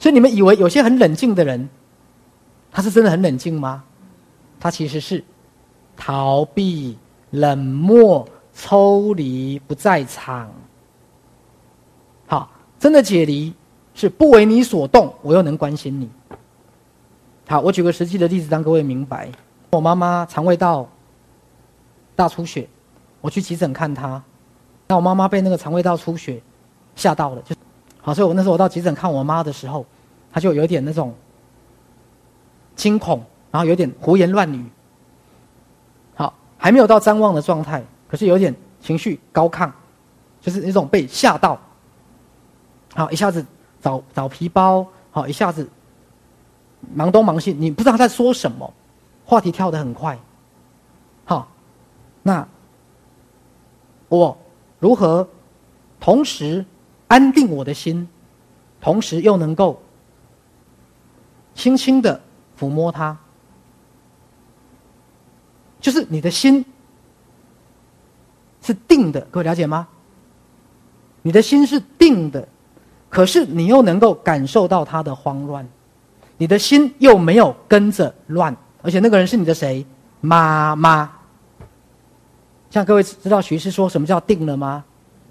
所以你们以为有些很冷静的人，他是真的很冷静吗？他其实是逃避、冷漠、抽离，不在场。好，真的解离是不为你所动，我又能关心你。好，我举个实际的例子让各位明白。我妈妈肠胃道大出血，我去急诊看她，那我妈妈被那个肠胃道出血吓到了，好，所以我那时候我到急诊看我妈的时候，她就有点那种惊恐，然后有点胡言乱语。好，还没有到谵妄的状态，可是有点情绪高亢，就是那种被吓到。好，一下子找皮包，好，一下子忙东忙西，你不知道他在说什么，话题跳得很快。好，那我如何同时安定我的心，同时又能够轻轻的抚摸它？就是你的心是定的，各位了解吗？你的心是定的，可是你又能够感受到它的慌乱，你的心又没有跟着乱，而且那个人是你的谁？妈妈。像各位知道徐师说什么叫定了吗？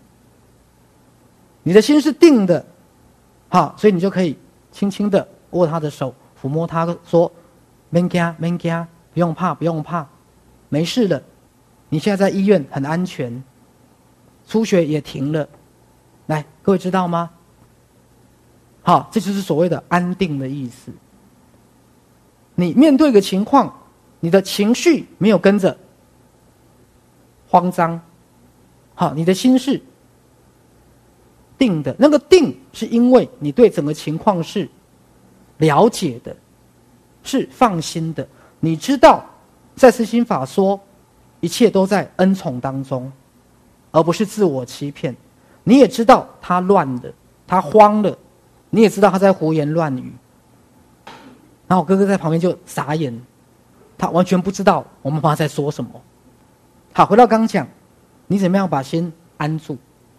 你的心是定的，好，所以你就可以轻轻的握他的手，抚摸他，说：“免惊，免惊，不用怕，不用怕，没事了。你现在在医院很安全，出血也停了。”来，各位知道吗？好，这就是所谓的安定的意思。你面对一个情况，你的情绪没有跟着慌张，好，你的心是定的。那个定是因为你对整个情况是了解的，是放心的。你知道在思心法说一切都在恩宠当中，而不是自我欺骗。你也知道他乱了，他慌了，你也知道他在胡言乱语。然后我哥哥在旁边就傻眼，他完全不知道我妈妈在说什么。好，回到刚讲，你怎么样把心安住，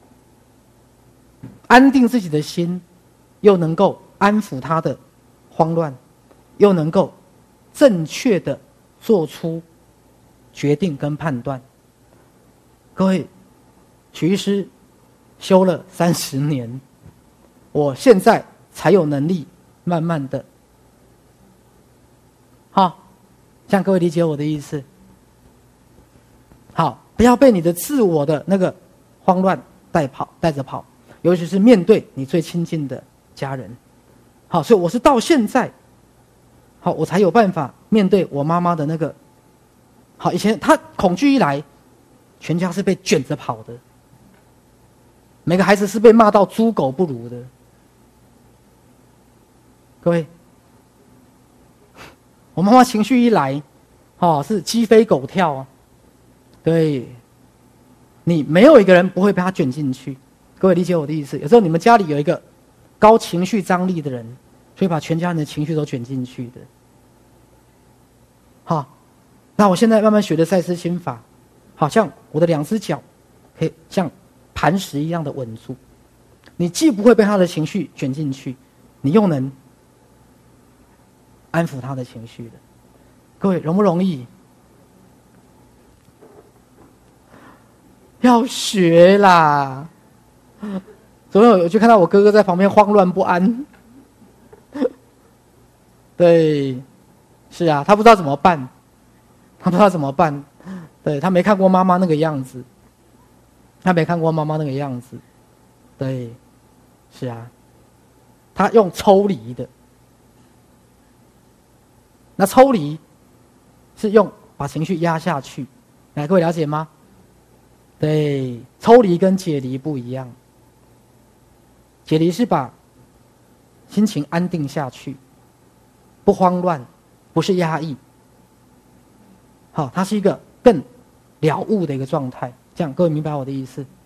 安定自己的心，又能够安抚他的慌乱，又能够正确的做出决定跟判断。各位，许医师修了30年，我现在才有能力慢慢的，好，这样各位理解我的意思？好，不要被你的自我的那个慌乱带着跑，尤其是面对你最亲近的家人。好，所以我是到现在，好，我才有办法面对我妈妈的那个。好，以前她恐惧一来，全家是被卷着跑的，每个孩子是被骂到猪狗不如的。各位，我妈妈情绪一来，是鸡飞狗跳啊。对，你没有一个人不会被他卷进去。各位理解我的意思？有时候你们家里有一个高情绪张力的人，所以把全家人的情绪都卷进去的。好，那我现在慢慢学的赛斯心法，好像我的2只脚可以像磐石一样的稳住。你既不会被他的情绪卷进去，你又能安抚他的情绪的。各位，容不容易？要学啦！昨天我就看到我哥哥在旁边慌乱不安。对，是啊，他不知道怎么办，对，他没看过妈妈那个样子，对，是啊，他用抽离的，那抽离是用把情绪压下去，来，各位了解吗？对，抽离跟解离不一样。解离是把心情安定下去，不慌乱，不是压抑。好，它是一个更了悟的一个状态。这样各位明白我的意思？